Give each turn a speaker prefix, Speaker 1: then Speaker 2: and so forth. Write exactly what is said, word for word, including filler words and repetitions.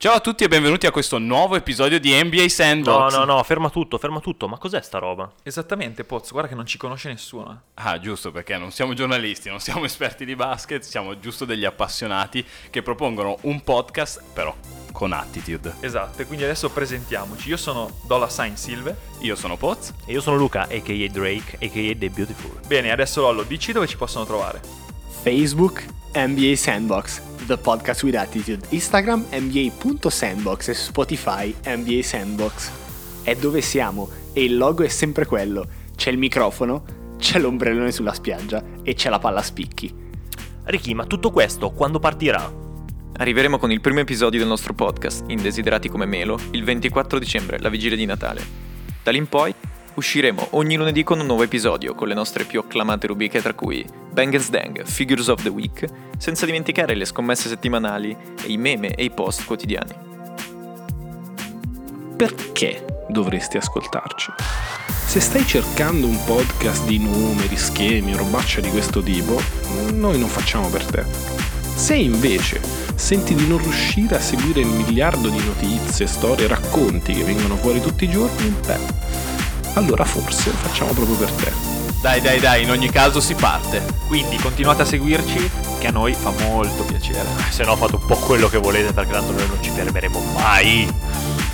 Speaker 1: Ciao a tutti e benvenuti a questo nuovo episodio di N B A Sandbox.
Speaker 2: No, no, no, ferma tutto, ferma tutto. Ma cos'è sta roba?
Speaker 3: Esattamente, Poz, guarda che non ci conosce nessuno.
Speaker 1: Ah, giusto, perché non siamo giornalisti, non siamo esperti di basket, siamo giusto degli appassionati che propongono un podcast, però con attitude.
Speaker 3: Esatto, e quindi adesso presentiamoci. Io sono Dollar Sign Silve.
Speaker 1: Io sono Poz.
Speaker 2: E io sono Luca, a k a. Drake, a k a. The Beautiful.
Speaker 3: Bene, adesso Lollo, dici dove ci possono trovare.
Speaker 4: Facebook, N B A Sandbox, The Podcast with Attitude, Instagram, N B A punto sandbox e su Spotify, N B A Sandbox. È dove siamo e il logo è sempre quello. C'è il microfono, c'è l'ombrellone sulla spiaggia e c'è la palla a spicchi.
Speaker 2: Ricky, ma tutto questo quando partirà?
Speaker 5: Arriveremo con il primo episodio del nostro podcast, Indesiderati come Melo, il ventiquattro dicembre, la vigilia di Natale. Da lì in poi usciremo ogni lunedì con un nuovo episodio, con le nostre più acclamate rubriche tra cui Bang and Sdang, Figures of the Week, senza dimenticare le scommesse settimanali e i meme e i post quotidiani.
Speaker 6: Perché dovresti ascoltarci? Se stai cercando un podcast di numeri, schemi o robaccia di questo tipo, noi non facciamo per te. Se invece senti di non riuscire a seguire il miliardo di notizie, storie, racconti che vengono fuori tutti i giorni, beh, allora forse lo facciamo proprio per te.
Speaker 1: Dai, dai, dai, in ogni caso si parte.
Speaker 3: Quindi continuate a seguirci, che a noi fa molto piacere.
Speaker 2: Se no fate un po' quello che volete, perché tanto noi non ci fermeremo mai.